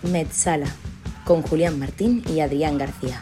Metsala, con Julián Martín y Adrián García.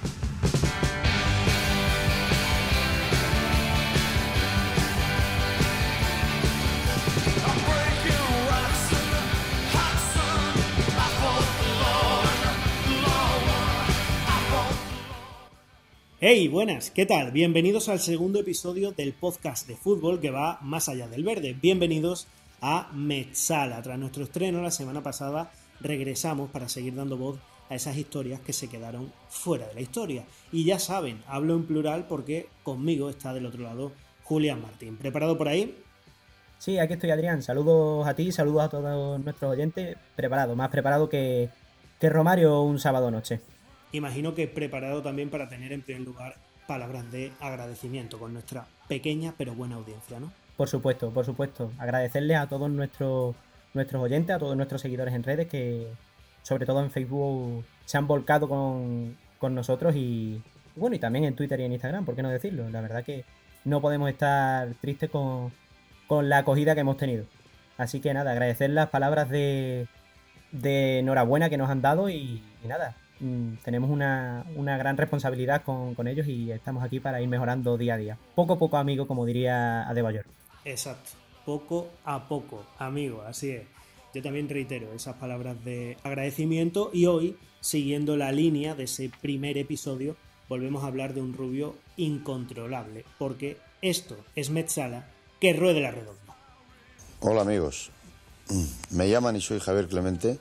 Hey, buenas, ¿qué tal? Bienvenidos al segundo episodio del podcast de fútbol que va más allá del verde. Bienvenidos a Metsala. Tras nuestro estreno la semana pasada, regresamos para seguir dando voz a esas historias que se quedaron fuera de la historia. Y ya saben, hablo en plural porque conmigo está del otro lado Julián Martín. ¿Preparado por ahí? Sí, aquí estoy, Adrián. Saludos a ti, saludos a todos nuestros oyentes. Preparado, más preparado que Romario un sábado noche. Imagino que preparado también para tener en primer lugar palabras de agradecimiento con nuestra pequeña pero buena audiencia, ¿no? Por supuesto, por supuesto. Agradecerles a todos nuestros oyentes, a todos nuestros seguidores en redes que, sobre todo en Facebook, se han volcado con nosotros y bueno, y también en Twitter y en Instagram, ¿por qué no decirlo? La verdad que no podemos estar tristes con la acogida que hemos tenido. Así que nada, agradecer las palabras de enhorabuena que nos han dado y nada, tenemos una gran responsabilidad con ellos y estamos aquí para ir mejorando día a día. Poco a poco, amigo, como diría Adebayor. Exacto, poco a poco, amigo, así es. Yo también reitero esas palabras de agradecimiento y hoy, siguiendo la línea de ese primer episodio, volvemos a hablar de un rubio incontrolable, porque esto es Metsala, que ruede la redonda. Hola amigos, me llaman y soy Javier Clemente.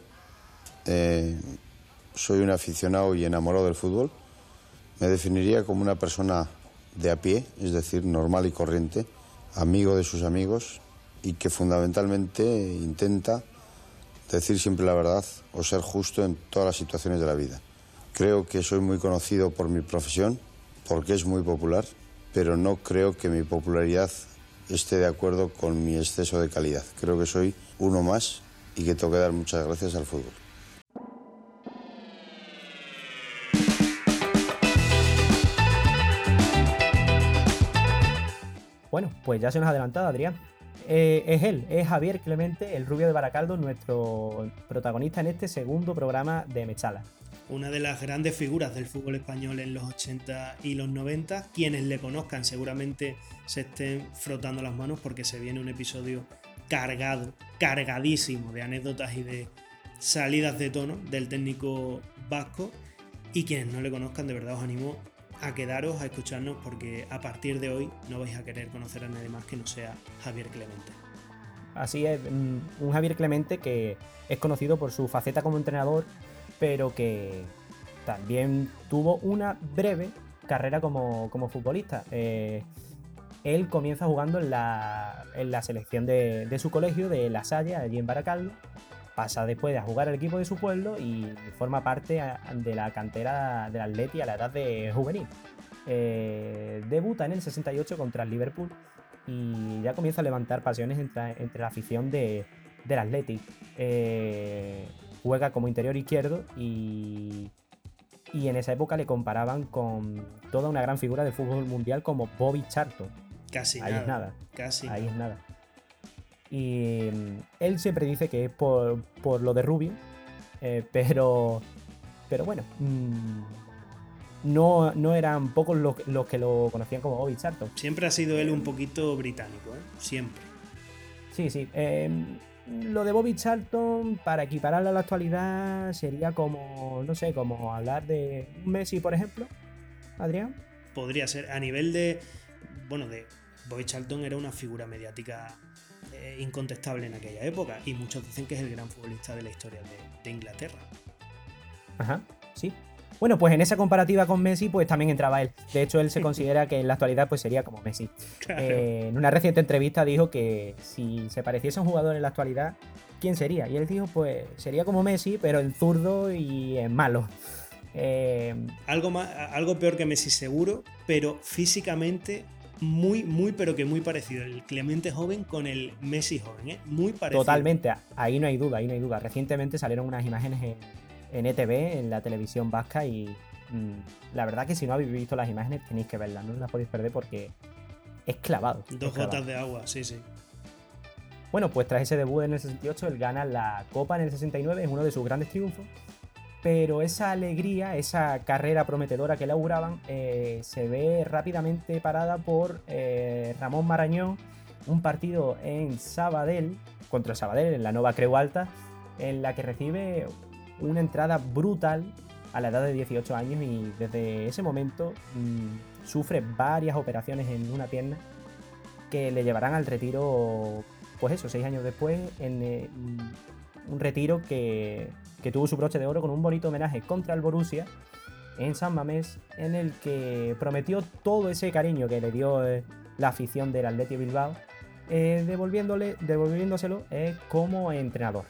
Soy un aficionado y enamorado del fútbol. Me definiría como una persona de a pie, es decir, normal y corriente, amigo de sus amigos y que fundamentalmente intenta decir siempre la verdad o ser justo en todas las situaciones de la vida. Creo que soy muy conocido por mi profesión, porque es muy popular, pero no creo que mi popularidad esté de acuerdo con mi exceso de calidad. Creo que soy uno más y que tengo que dar muchas gracias al fútbol. Bueno, pues ya se nos ha adelantado, Adrián. Es él, es Javier Clemente, el rubio de Baracaldo, nuestro protagonista en este segundo programa de Metsala. Una de las grandes figuras del fútbol español en los 80 y los 90. Quienes le conozcan seguramente se estén frotando las manos porque se viene un episodio cargadísimo de anécdotas y de salidas de tono del técnico vasco. Y quienes no le conozcan, de verdad os animo a quedaros a escucharnos porque a partir de hoy no vais a querer conocer a nadie más que no sea Javier Clemente. Así es, un Javier Clemente que es conocido por su faceta como entrenador, pero que también tuvo una breve carrera como futbolista. Él comienza jugando en la selección de su colegio, de La Salle, allí en Baracaldo. Pasa después a jugar al equipo de su pueblo y forma parte de la cantera del Atleti a la edad de juvenil. Debuta en el 68 contra el Liverpool y ya comienza a levantar pasiones entre la afición del Atleti. Juega como interior izquierdo y en esa época le comparaban con toda una gran figura del fútbol mundial como Bobby Charlton. Ahí es nada. Y él siempre dice que es por lo de Rubio, pero bueno, no eran pocos los que lo conocían como Bobby Charlton. Siempre ha sido él un poquito británico, siempre. Sí. Lo de Bobby Charlton, para equipararlo a la actualidad, sería como, no sé, como hablar de Messi, por ejemplo, Adrián. Podría ser, a nivel de Bobby Charlton era una figura mediática incontestable en aquella época y muchos dicen que es el gran futbolista de la historia de Inglaterra. Ajá, sí. Bueno, pues en esa comparativa con Messi pues también entraba él. De hecho, él se considera que en la actualidad pues sería como Messi. Claro. En una reciente entrevista dijo que si se pareciese a un jugador en la actualidad, ¿quién sería? Y él dijo pues sería como Messi, pero en zurdo y en malo. Algo peor que Messi seguro, pero físicamente muy pero que muy parecido. El Clemente joven con el Messi joven, muy parecido. Totalmente, ahí no hay duda. Recientemente salieron unas imágenes en ETV, en la televisión vasca, y la verdad que si no habéis visto las imágenes tenéis que verlas, no las podéis perder porque es clavado. Dos gotas de agua, sí. Bueno, pues tras ese debut en el 68, él gana la Copa en el 69, es uno de sus grandes triunfos. pero esa alegría, esa carrera prometedora que le auguraban, se ve rápidamente parada por Ramón Marañón, un partido en Sabadell, contra el Sabadell, en la Nova Creu Alta, en la que recibe una entrada brutal a la edad de 18 años y desde ese momento sufre varias operaciones en una pierna que le llevarán al retiro, pues eso, 6 años después, en un retiro que tuvo su broche de oro con un bonito homenaje contra el Borussia en San Mamés, en el que prometió todo ese cariño que le dio la afición del Athletic Bilbao, devolviéndoselo como entrenador.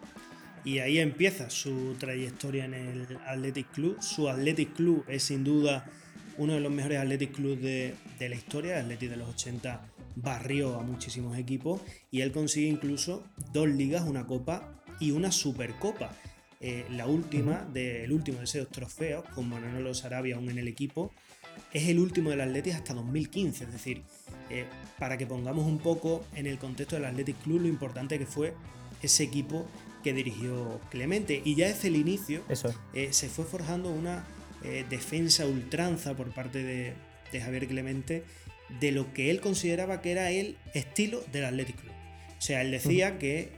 Y ahí empieza su trayectoria en el Athletic Club. Su Athletic Club es sin duda uno de los mejores Athletic Club de la historia. El Athletic de los 80 barrió a muchísimos equipos y él consigue incluso 2 ligas, una copa y una supercopa. La última, el último de esos trofeos, con Manolo Sarabia aún en el equipo, es el último del Athletic hasta 2015. Es decir, para que pongamos un poco en el contexto del Athletic Club lo importante que fue ese equipo que dirigió Clemente. Y ya desde el inicio se fue forjando una defensa ultranza por parte de Javier Clemente de lo que él consideraba que era el estilo del Athletic Club. O sea, él decía que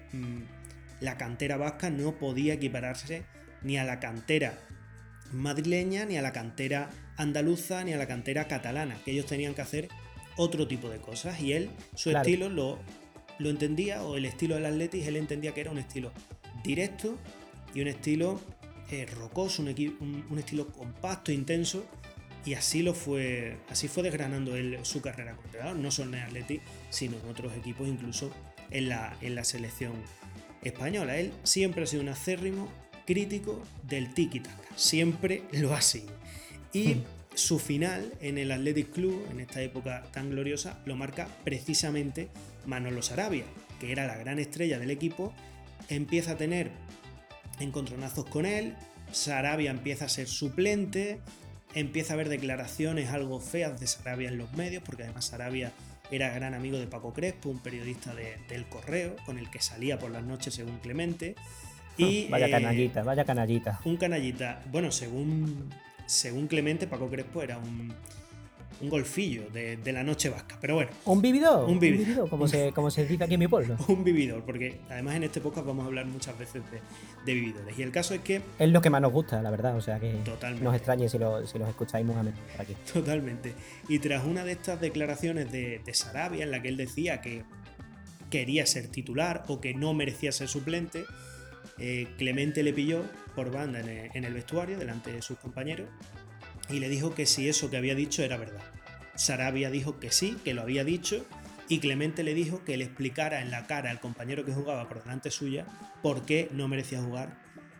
la cantera vasca no podía equipararse ni a la cantera madrileña, ni a la cantera andaluza, ni a la cantera catalana, que ellos tenían que hacer otro tipo de cosas. Y él, su estilo lo entendía, o el estilo del Athletic, él entendía que era un estilo directo y un estilo rocoso, un estilo compacto, intenso, y así fue desgranando él su carrera como entrenador, no solo en el Athletic, sino en otros equipos, incluso en la selección española. Él siempre ha sido un acérrimo crítico del tiki-taka, siempre lo ha sido. Y su final en el Athletic Club, en esta época tan gloriosa, lo marca precisamente Manolo Sarabia, que era la gran estrella del equipo. Empieza a tener encontronazos con él, Sarabia empieza a ser suplente, empieza a haber declaraciones algo feas de Sarabia en los medios, porque además Sarabia era gran amigo de Paco Crespo, un periodista del Correo, con el que salía por las noches según Clemente. Y, vaya canallita. Un canallita. Bueno, según Clemente, Paco Crespo era un golfillo de la noche vasca, pero bueno. Un vividor, como se dice aquí en mi pueblo. Un vividor, porque además en este podcast vamos a hablar muchas veces de vividores. Y el caso es que... es lo que más nos gusta, la verdad, o sea que totalmente. Nos extrañe si los escucháis muy a menudo por aquí. Totalmente. Y tras una de estas declaraciones de Sarabia, en la que él decía que quería ser titular o que no merecía ser suplente, Clemente le pilló por banda en el vestuario, delante de sus compañeros, y le dijo que si eso que había dicho era verdad. Sarabia dijo que sí, que lo había dicho, y Clemente le dijo que le explicara en la cara al compañero que jugaba por delante suya por qué no merecía jugar,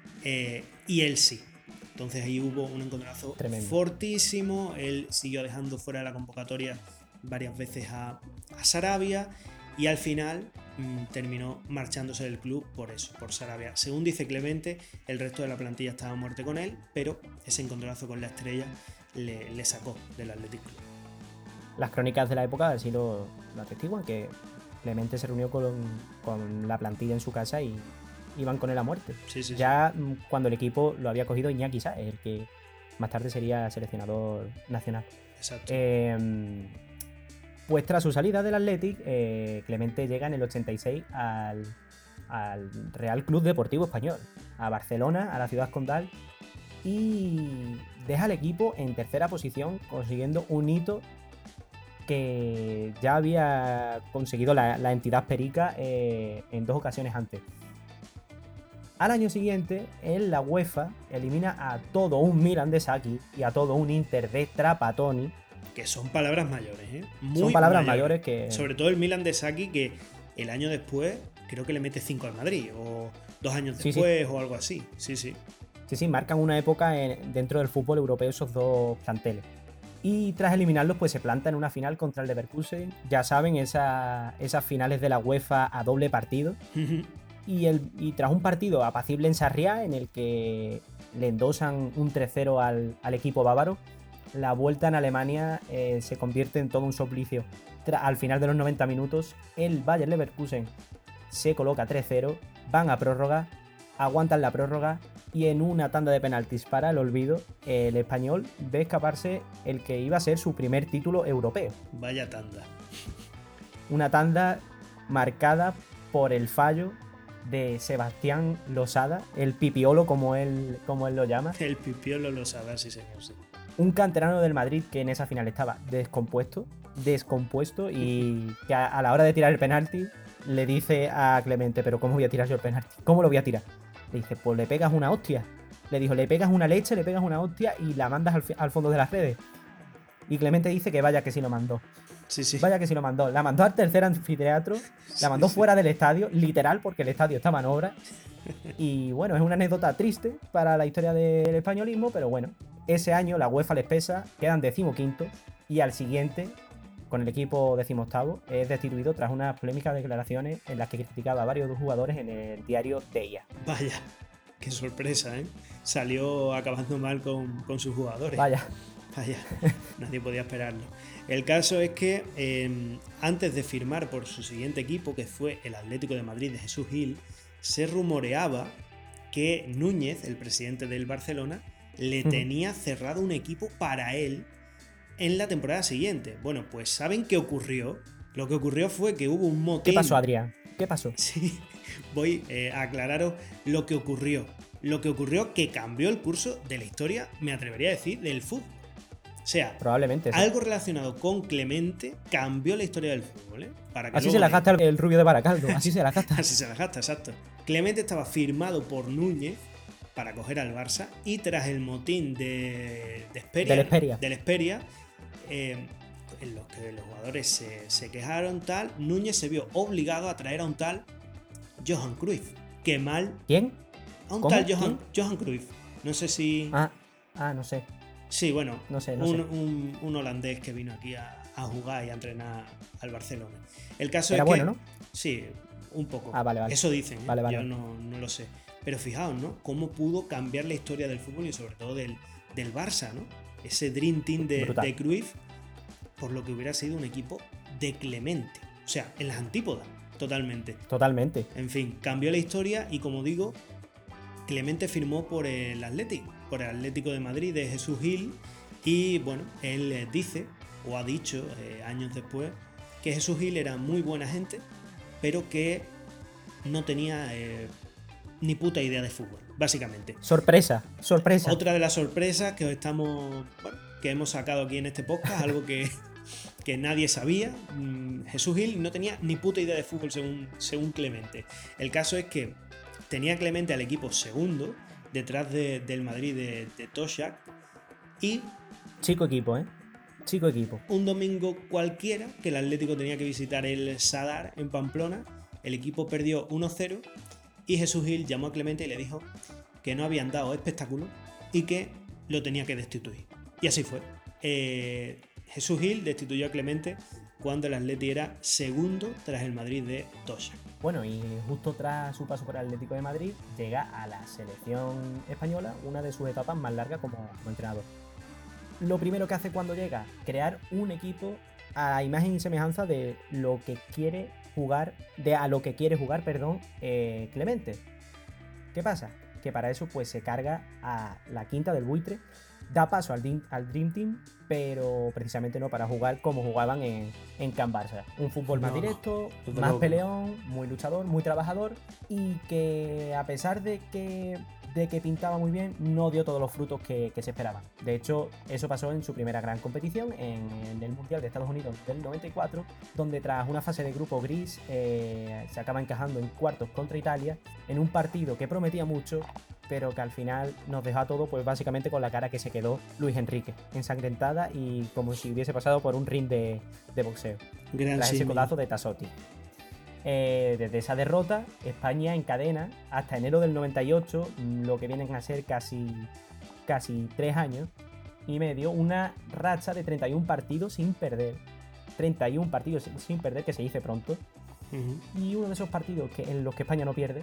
y él sí. Entonces ahí hubo un encontronazo fortísimo. Él siguió dejando fuera de la convocatoria varias veces a Sarabia, y al final terminó marchándose del club por eso, por Sarabia. Según dice Clemente, el resto de la plantilla estaba a muerte con él, pero ese encontronazo con la estrella le sacó del Athletic Club. Las crónicas de la época así lo atestiguan, que Clemente se reunió con la plantilla en su casa y iban con él a muerte. Sí. Cuando el equipo lo había cogido Iñaki Sáez, el que más tarde sería seleccionador nacional. Exacto. Pues tras su salida del Athletic, Clemente llega en el 86 al Real Club Deportivo Español, a Barcelona, a la ciudad condal, y deja al equipo en tercera posición, consiguiendo un hito que ya había conseguido la entidad perica en 2 ocasiones antes. Al año siguiente, en la UEFA, elimina a todo un Milan de Sacchi y a todo un Inter de Trapattoni. Que son palabras mayores, ¿eh? Son palabras mayores que... Sobre todo el Milan de Sacchi, que el año después creo que le mete 5 al Madrid, o 2 años después, o algo así. Sí, marcan una época dentro del fútbol europeo esos 2 planteles. Y tras eliminarlos, pues se planta en una final contra el Leverkusen. Ya saben, esas finales de la UEFA a doble partido. Y tras un partido apacible en Sarriá, en el que le endosan un 3-0 al equipo bávaro, la vuelta en Alemania se convierte en todo un suplicio. Al final de los 90 minutos, el Bayer Leverkusen se coloca 3-0, van a prórroga, aguantan la prórroga y en una tanda de penaltis para el olvido, el Español ve escaparse el que iba a ser su primer título europeo. Vaya tanda. Una tanda marcada por el fallo de Sebastián Losada, el pipiolo como él lo llama. El pipiolo Losada, sí señor, sí. Un canterano del Madrid que en esa final estaba descompuesto y que a la hora de tirar el penalti le dice a Clemente, pero ¿cómo voy a tirar yo el penalti? ¿Cómo lo voy a tirar? Le dice, pues le pegas una hostia. Le dijo, le pegas una leche, le pegas una hostia y la mandas al fondo de las redes. Y Clemente dice que vaya que sí lo mandó. Sí. Vaya que sí lo mandó. La mandó al tercer anfiteatro, la mandó fuera del estadio, literal, porque el estadio estaba en obra. Y bueno, es una anécdota triste para la historia del españolismo, pero bueno, ese año la UEFA les pesa, quedan 15º y al siguiente, con el equipo 18º, es destituido tras unas polémicas declaraciones en las que criticaba a varios jugadores en el diario Deia. Vaya, qué sorpresa, ¿eh? Salió acabando mal con sus jugadores. Vaya, nadie podía esperarlo. El caso es que antes de firmar por su siguiente equipo, que fue el Atlético de Madrid de Jesús Gil, se rumoreaba que Núñez, el presidente del Barcelona, le tenía cerrado un equipo para él en la temporada siguiente. Bueno, pues ¿saben qué ocurrió? Lo que ocurrió fue que hubo un motín. ¿Qué pasó, Adrián? ¿Qué pasó? Sí, voy a aclararos lo que ocurrió. Lo que ocurrió que cambió el curso de la historia, me atrevería a decir, del fútbol. O sea, probablemente sí. Algo relacionado con Clemente cambió la historia del fútbol, ¿eh? Para que así se la gasta el rubio de Baracaldo, así se la gasta. Así se la gasta, exacto. Clemente estaba firmado por Núñez para coger al Barça y tras el motín del Hesperia, en los que los jugadores se quejaron, tal, Núñez se vio obligado a traer a un tal Johan Cruyff. Qué mal. ¿Quién? A un ¿Cómo? tal Johan Cruyff. No sé si... no sé. Sí, bueno, no sé. Un holandés que vino aquí a jugar y a entrenar al Barcelona. El caso era es que... bueno, ¿no? Sí, un poco. Vale. Eso dicen, ¿eh? Vale. Yo no lo sé. Pero fijaos, ¿no? Cómo pudo cambiar la historia del fútbol y sobre todo del Barça, ¿no? Ese Dream Team de Cruyff, por lo que hubiera sido un equipo de Clemente. O sea, en las antípodas, totalmente. Totalmente. En fin, cambió la historia y como digo, Clemente firmó por el Atlético de Madrid de Jesús Gil y bueno, él dice, o ha dicho años después, que Jesús Gil era muy buena gente, pero que no tenía ni puta idea de fútbol, básicamente. Sorpresa. Otra de las sorpresas que que hemos sacado aquí en este podcast, algo que nadie sabía. Jesús Gil no tenía ni puta idea de fútbol según Clemente. El caso es que tenía Clemente al equipo segundo, detrás del Madrid de Toshak, y... Chico equipo. Un domingo cualquiera, que el Atlético tenía que visitar el Sadar en Pamplona, el equipo perdió 1-0 y Jesús Gil llamó a Clemente y le dijo que no habían dado espectáculo y que lo tenía que destituir. Y así fue. Jesús Gil destituyó a Clemente cuando el Atleti era segundo tras el Madrid de Toshak. Bueno, y justo tras su paso por el Atlético de Madrid, llega a la selección española, una de sus etapas más largas como entrenador. Lo primero que hace cuando llega, crear un equipo a imagen y semejanza de lo que quiere jugar, Clemente. ¿Qué pasa? Que para eso pues se carga a la quinta del buitre, da paso al Dream Team, pero precisamente no para jugar como jugaban en Can Barça. Un fútbol más directo, más peleón, muy luchador, muy trabajador, y que a pesar de que pintaba muy bien, no dio todos los frutos que se esperaban. De hecho, eso pasó en su primera gran competición, en el Mundial de Estados Unidos del 94, donde tras una fase de grupo gris se acaba encajando en cuartos contra Italia, en un partido que prometía mucho, pero que al final nos dejó a todos pues básicamente con la cara que se quedó Luis Enrique, ensangrentada y como si hubiese pasado por un ring de boxeo. Tras ese codazo de Tassotti. Desde esa derrota, España encadena hasta enero del 98, lo que vienen a ser casi 3 años y medio, una racha de 31 partidos sin perder. 31 partidos sin perder, que se dice pronto. Y uno de esos partidos en los que España no pierde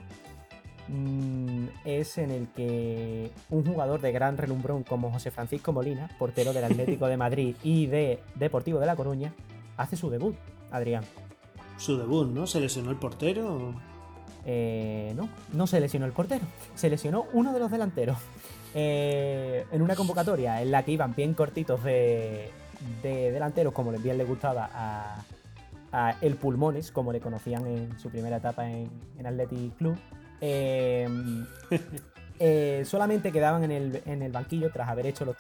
es en el que un jugador de gran relumbrón como José Francisco Molina, portero del Atlético de Madrid y de Deportivo de La Coruña, hace su debut, Adrián. Su debut, ¿no? ¿Se lesionó el portero? No se lesionó el portero, se lesionó uno de los delanteros. En una convocatoria en la que iban bien cortitos de delanteros, como bien le gustaba a el Pulmones, como le conocían en su primera etapa en Athletic Club. Solamente quedaban en el banquillo, tras haber hecho los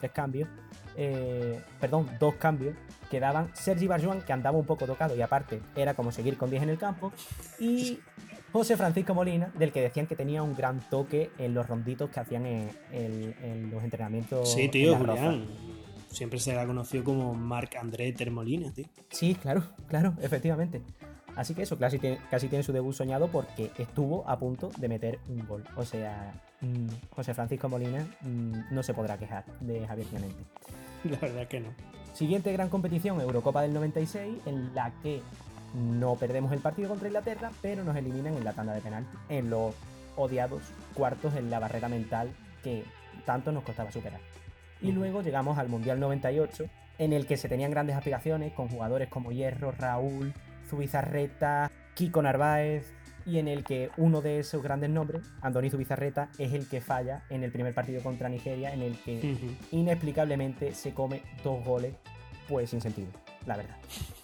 dos cambios, quedaban Sergi Barjuan, que andaba un poco tocado y aparte era como seguir con 10 en el campo, y José Francisco Molina, del que decían que tenía un gran toque en los ronditos que hacían en los entrenamientos. Sí, tío, Julián. Siempre se le ha conocido como Marc-André Ter Molina, tío. Sí, claro, efectivamente. Así que eso, casi tiene su debut soñado porque estuvo a punto de meter un gol. O sea, José Francisco Molina no se podrá quejar de Javier Clemente. La verdad que no. Siguiente gran competición, Eurocopa del 96, en la que no perdemos el partido contra Inglaterra, pero nos eliminan en la tanda de penalti, en los odiados cuartos, en la barrera mental que tanto nos costaba superar. Y luego llegamos al Mundial 98, en el que se tenían grandes aspiraciones con jugadores como Hierro, Raúl, Zubizarreta, Kiko Narváez, y en el que uno de esos grandes nombres, Andoni Zubizarreta, es el que falla en el primer partido contra Nigeria, en el que inexplicablemente se come 2 goles, pues sin sentido, la verdad.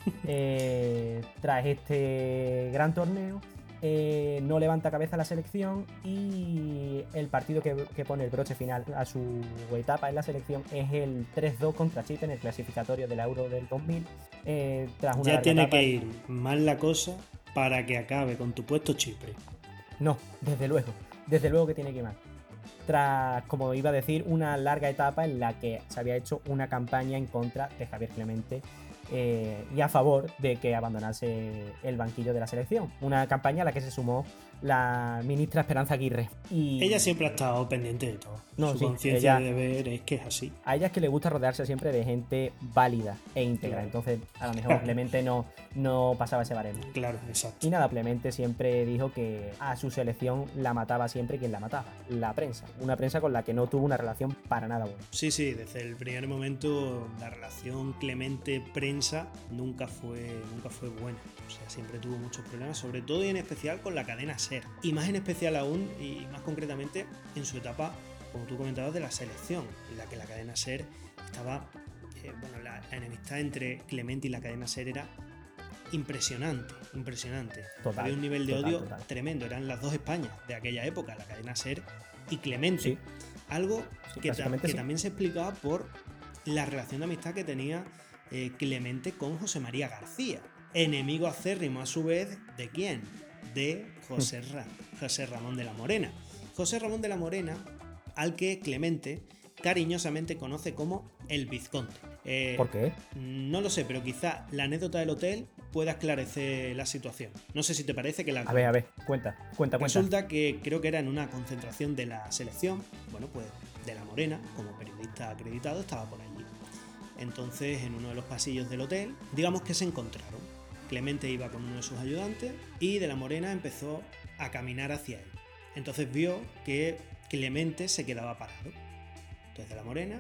Tras este gran torneo, no levanta cabeza la selección y el partido que pone el broche final a su etapa en la selección es el 3-2 contra Chipre en el clasificatorio del Euro del 2000. Ya tiene que ir mal la cosa para que acabe con tu puesto Chipre. No, desde luego que tiene que ir mal. Tras, como iba a decir, una larga etapa en la que se había hecho una campaña en contra de Javier Clemente y a favor de que abandonase el banquillo de la selección. Una campaña a la que se sumó la ministra Esperanza Aguirre. Y ella siempre ha estado pendiente de todo. Su conciencia de deber es que es así. A ella es que le gusta rodearse siempre de gente válida e íntegra. Claro. Entonces, a lo mejor Clemente no pasaba ese baremo. Claro, exacto. Y nada, Clemente siempre dijo que a su selección la mataba siempre quien la mataba, la prensa. Una prensa con la que no tuvo una relación para nada buena. Sí, desde el primer momento la relación Clemente-prensa nunca fue buena. O sea, siempre tuvo muchos problemas, sobre todo y en especial con la cadena SER. Y más en especial aún, y más concretamente, en su etapa, como tú comentabas, de la selección, en la que la cadena SER estaba... la enemistad entre Clemente y la cadena SER era impresionante. Total, había un nivel de odio tremendo. Eran las dos Españas de aquella época, la cadena SER y Clemente. Sí. Algo que también se explicaba por la relación de amistad que tenía Clemente con José María García, enemigo acérrimo a su vez ¿de quién? De José Ramón de la Morena. José Ramón de la Morena, al que Clemente cariñosamente conoce como el Vizconde. ¿Por qué? No lo sé, pero quizá la anécdota del hotel pueda esclarecer la situación. No sé si te parece que la... A ver, cuenta. Resulta que creo que era en una concentración de la selección, bueno, pues de la Morena, como periodista acreditado, estaba por allí. Entonces, en uno de los pasillos del hotel, digamos que se encontraron. Clemente iba con uno de sus ayudantes y de la Morena empezó a caminar hacia él. Entonces vio que Clemente se quedaba parado. Entonces de la Morena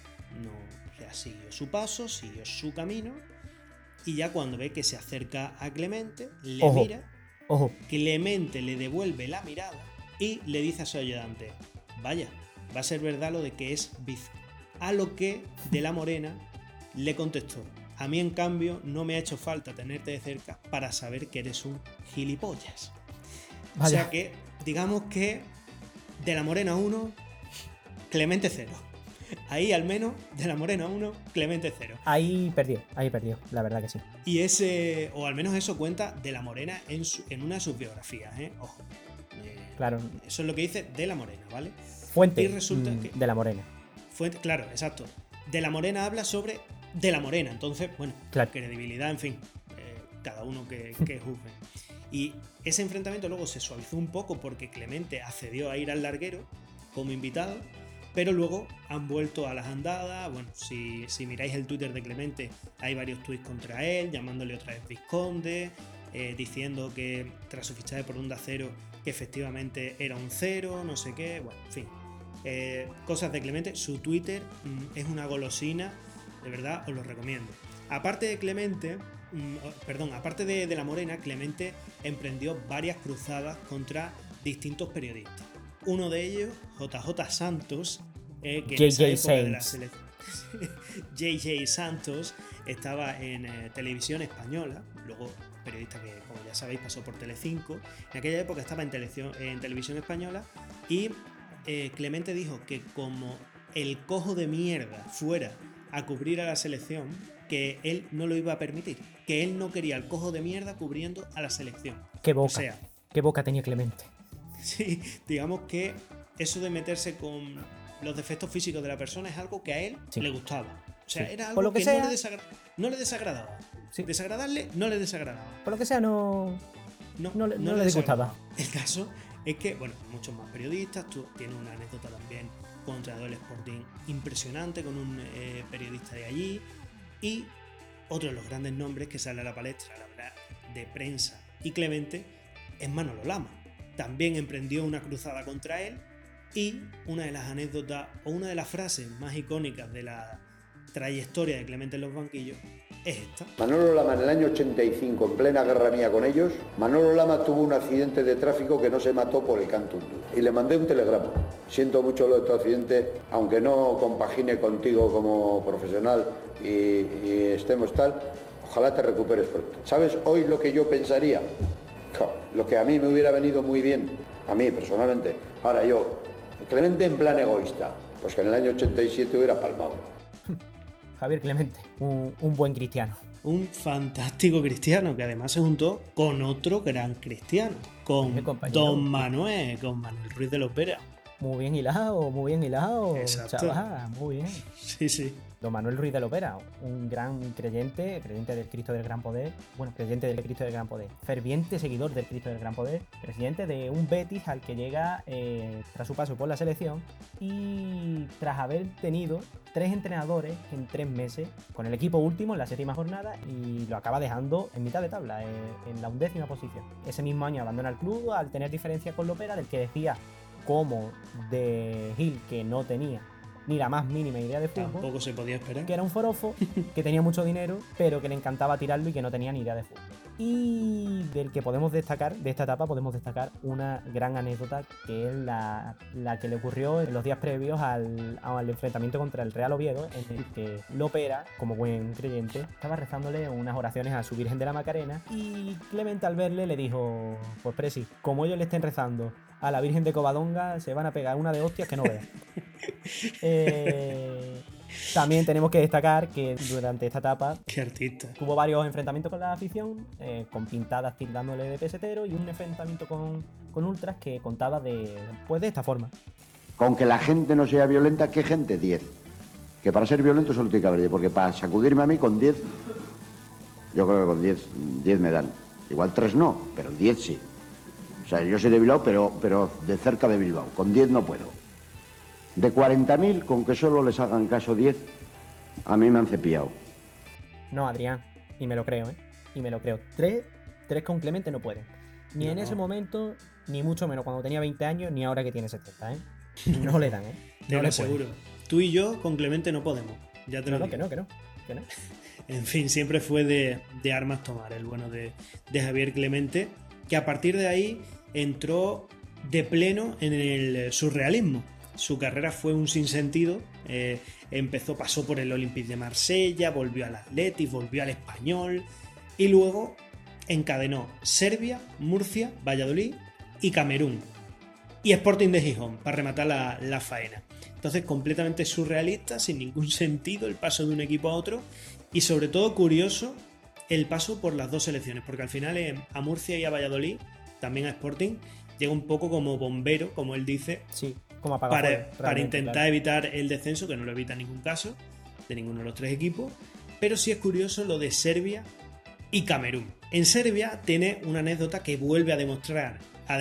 siguió su paso, siguió su camino y ya cuando ve que se acerca a Clemente, le mira, Clemente le devuelve la mirada y le dice a su ayudante: vaya, va a ser verdad lo de que es bizco. A lo que de la Morena le contestó: a mí en cambio no me ha hecho falta tenerte de cerca para saber que eres un gilipollas. Vaya. O sea que digamos que de la Morena 1, Clemente 0. Ahí al menos, de la Morena 1, Clemente 0. Ahí perdió, la verdad que sí. Y o al menos eso cuenta de la Morena en una de sus biografías, ojo. Claro. Eso es lo que dice de la Morena, ¿vale? Fuente y resulta que, de la Morena. Fuente, claro, exacto. De la Morena habla sobre de la Morena, entonces, bueno, claro. Credibilidad, en fin, cada uno que juzgue. Y ese enfrentamiento luego se suavizó un poco porque Clemente accedió a ir al larguero como invitado, pero luego han vuelto a las andadas. Bueno, si miráis el Twitter de Clemente, hay varios tweets contra él, llamándole otra vez Vizconde, diciendo que tras su fichaje por Onda Cero, que efectivamente era un 0, no sé qué, bueno, en fin. Cosas de Clemente. Su Twitter es una golosina, de verdad os lo recomiendo. Aparte de Clemente, aparte de la Morena, Clemente emprendió varias cruzadas contra distintos periodistas. Uno de ellos, JJ Santos, que en esa época de la selección, JJ Santos, estaba en televisión española, luego periodista que, como ya sabéis, pasó por Telecinco. En aquella época estaba en televisión española y Clemente dijo que como el cojo de mierda fuera a cubrir a la selección, que él no lo iba a permitir, que él no quería el cojo de mierda cubriendo a la selección. Qué boca, o sea, qué boca tenía Clemente. Sí, digamos que eso de meterse con los defectos físicos de la persona es algo que a él le gustaba. O sea, era algo que no le desagradaba. Sí. Desagradarle no le desagradaba. Por lo que sea, no le disgustaba. El caso es que, bueno, muchos más periodistas, tú tienes una anécdota también contra el Sporting impresionante con un periodista de allí, y otro de los grandes nombres que sale a la palestra, la verdad, de prensa y Clemente, es Manolo Lama. También emprendió una cruzada contra él, y una de las anécdotas o una de las frases más icónicas de la trayectoria de Clemente en los banquillos es esta. Manolo Lama, en el año 85, en plena guerra mía con ellos, Manolo Lama tuvo un accidente de tráfico que no se mató por el canto. Y le mandé un telegrama. Siento mucho lo de tu accidente, aunque no compagine contigo como profesional y estemos tal, ojalá te recuperes pronto. ¿Sabes hoy lo que yo pensaría? Lo que a mí me hubiera venido muy bien, a mí personalmente. Ahora yo, Clemente en plan egoísta, pues que en el año 87 hubiera palmado. Javier Clemente, un buen cristiano. Un fantástico cristiano que además se juntó con otro gran cristiano, con Don Manuel, con Manuel Ruiz de los Vera. Muy bien hilado, Exacto. Chaval, muy bien. Sí. Don Manuel Ruiz de Lopera, un gran creyente del Cristo del Gran Poder, creyente del Cristo del Gran Poder, ferviente seguidor del Cristo del Gran Poder, presidente de un Betis al que llega tras su paso por la selección y tras haber tenido 3 entrenadores en 3 meses, con el equipo último en la 7ª jornada, y lo acaba dejando en mitad de tabla, en la 11ª posición. Ese mismo año abandona el club al tener diferencia con Lopera, del que decía como de Gil que no tenía ni la más mínima idea de fútbol. Tampoco se podía esperar. Que era un forofo, que tenía mucho dinero, pero que le encantaba tirarlo y que no tenía ni idea de fútbol. Y del que podemos destacar, de esta etapa, podemos destacar una gran anécdota, que es la que le ocurrió en los días previos al enfrentamiento contra el Real Oviedo, en el que Lopera, como buen creyente, estaba rezándole unas oraciones a su Virgen de la Macarena, y Clemente, al verle, le dijo: pues Presi, como ellos le estén rezando a la Virgen de Covadonga, se van a pegar una de hostias que no veas. También tenemos que destacar que durante esta etapa ¡Qué artista! Tuvo varios enfrentamientos con la afición, con pintadas tildándole de pesetero, y un enfrentamiento con ultras que contaba de esta forma. Con que la gente no sea violenta, ¿qué gente? 10. Que para ser violento solo tiene que haber 10, porque para sacudirme a mí con 10, yo creo que con 10 me dan. Igual 3 no, pero 10 sí. O sea, yo soy de Bilbao, pero de cerca de Bilbao. Con 10 no puedo. De 40.000, con que solo les hagan caso 10, a mí me han cepillado. No, Adrián, y me lo creo, Y me lo creo. 3 con Clemente no pueden. Ni en ese momento, ni mucho menos cuando tenía 20 años, ni ahora que tiene 70, No le dan, Te lo aseguro. Tú y yo con Clemente no podemos. Ya te lo digo. Que no. En fin, siempre fue de armas tomar el bueno de Javier Clemente, que a partir de ahí entró de pleno en el surrealismo. Su carrera fue un sinsentido. Pasó por el Olympique de Marsella, volvió al Athletic, volvió al Español, y luego encadenó Serbia, Murcia, Valladolid y Camerún, y Sporting de Gijón para rematar la faena. Entonces, completamente surrealista, sin ningún sentido el paso de un equipo a otro, y sobre todo curioso el paso por las 2 selecciones, porque al final a Murcia y a Valladolid, también a Sporting, llega un poco como bombero, como él dice, sí, como para intentar evitar el descenso, que no lo evita en ningún caso, de ninguno de los 3 equipos. Pero sí es curioso lo de Serbia y Camerún. En Serbia tiene una anécdota que vuelve a demostrar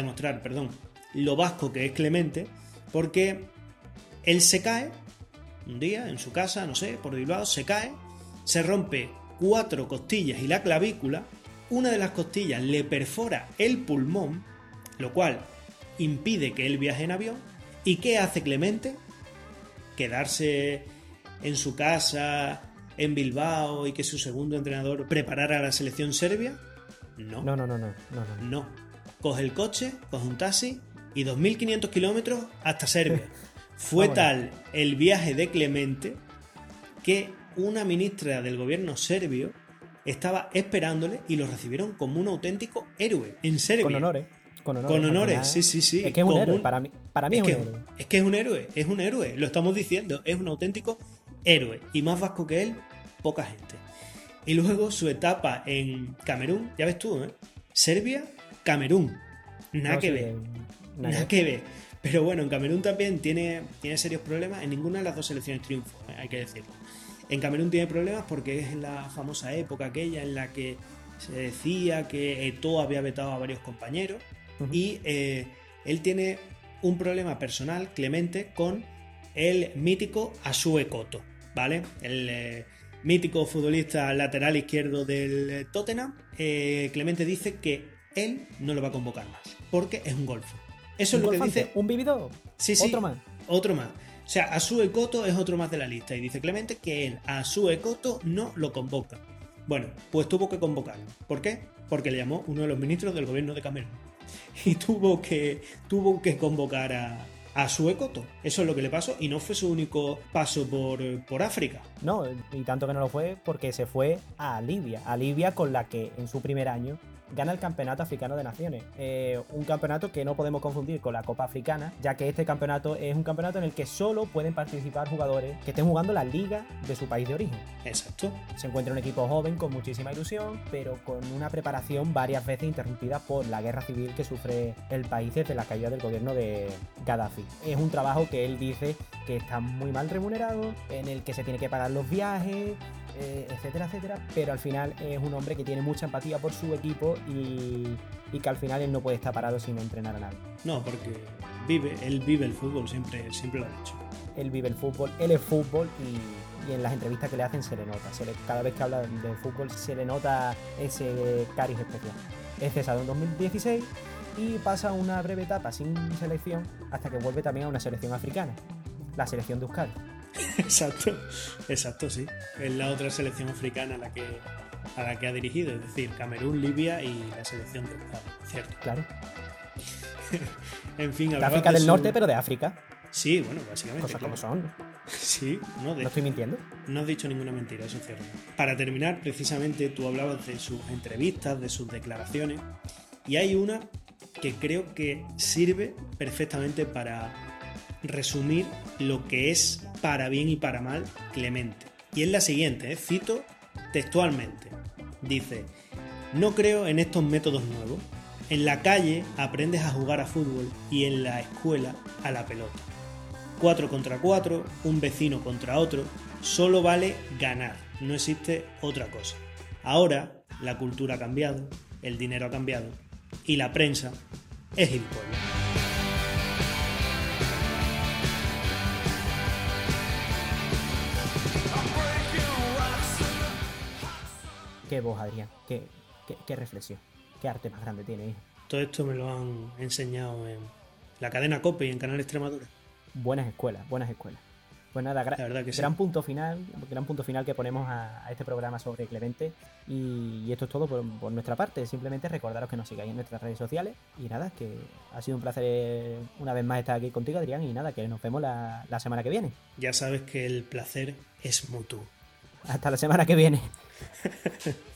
lo vasco que es Clemente, porque él se cae un día en su casa, no sé, por Bilbao, se cae, se rompe 4 costillas y la clavícula. Una de las costillas le perfora el pulmón, lo cual impide que él viaje en avión. ¿Y qué hace Clemente? Quedarse en su casa en Bilbao y que su segundo entrenador preparara a la selección serbia? No. No. Coge el coche, coge un taxi y 2.500 kilómetros hasta Serbia. Fue tal el viaje de Clemente que una ministra del gobierno serbio estaba esperándole y lo recibieron como un auténtico héroe en Serbia. Con honores, sí. Es que es un héroe, para mí es un héroe. Es que es un héroe, lo estamos diciendo, es un auténtico héroe. Y más vasco que él, poca gente. Y luego su etapa en Camerún, ya ves tú, Serbia, Camerún. Nada que ver. Pero bueno, en Camerún también tiene serios problemas. En ninguna de las dos selecciones triunfo, hay que decirlo. En Camerún tiene problemas porque es la famosa época aquella en la que se decía que Eto'o había vetado a varios compañeros. Y él tiene un problema personal, Clemente, con el mítico Asue Koto, ¿vale? El mítico futbolista lateral izquierdo del Tottenham. Clemente dice que él no lo va a convocar más porque es un golfo. Eso es lo que dice. ¿Un vividor? Sí. Otro más. O sea, Asue Koto es otro más de la lista y dice Clemente que él a Asue Koto no lo convoca. Bueno, pues tuvo que convocarlo. ¿Por qué? Porque le llamó uno de los ministros del gobierno de Camerún y tuvo que convocar a Asue Koto. Eso es lo que le pasó y no fue su único paso por África. No, y tanto que no lo fue porque se fue a Libia con la que en su primer año gana el Campeonato Africano de Naciones. Un campeonato que no podemos confundir con la Copa Africana, ya que este campeonato es un campeonato en el que solo pueden participar jugadores que estén jugando la liga de su país de origen. Exacto. Se encuentra un equipo joven con muchísima ilusión, pero con una preparación varias veces interrumpida por la guerra civil que sufre el país desde la caída del gobierno de Gaddafi. Es un trabajo que él dice que está muy mal remunerado, en el que se tiene que pagar los viajes, etcétera, pero al final es un hombre que tiene mucha empatía por su equipo y que al final él no puede estar parado sin entrenar a nadie. No, porque él vive el fútbol, siempre lo ha dicho. Él vive el fútbol, él es fútbol y en las entrevistas que le hacen se le nota, cada vez que habla de fútbol se le nota ese cariz especial. Es cesado en 2016 y pasa una breve etapa sin selección hasta que vuelve también a una selección africana, la selección de Euskadi. Exacto, sí. Es la otra selección africana a la que ha dirigido, es decir, Camerún, Libia y la selección de Euskadi, ¿cierto? Claro. En fin, de África del Norte, pero de África. Sí, bueno, básicamente. Cosas como son. Sí, no estoy mintiendo. No has dicho ninguna mentira, eso es cierto. Para terminar, precisamente tú hablabas de sus entrevistas, de sus declaraciones, y hay una que creo que sirve perfectamente para resumir lo que es para bien y para mal Clemente. Y es la siguiente, cito textualmente. Dice: no creo en estos métodos nuevos. En la calle aprendes a jugar a fútbol y en la escuela a la pelota. 4 contra 4, un vecino contra otro, solo vale ganar, no existe otra cosa. Ahora la cultura ha cambiado, el dinero ha cambiado y la prensa es gilipollas. Qué voz, Adrián, qué reflexión, qué arte más grande tiene, hijo. Todo esto me lo han enseñado en la cadena COPE y en Canal Extremadura. Buenas escuelas. Pues nada, la verdad que gran sí. punto final que ponemos a este programa sobre Clemente. Y esto es todo por nuestra parte. Simplemente recordaros que nos sigáis en nuestras redes sociales. Y nada, que ha sido un placer una vez más estar aquí contigo, Adrián. Y nada, que nos vemos la semana que viene. Ya sabes que el placer es mutuo. Hasta la semana que viene.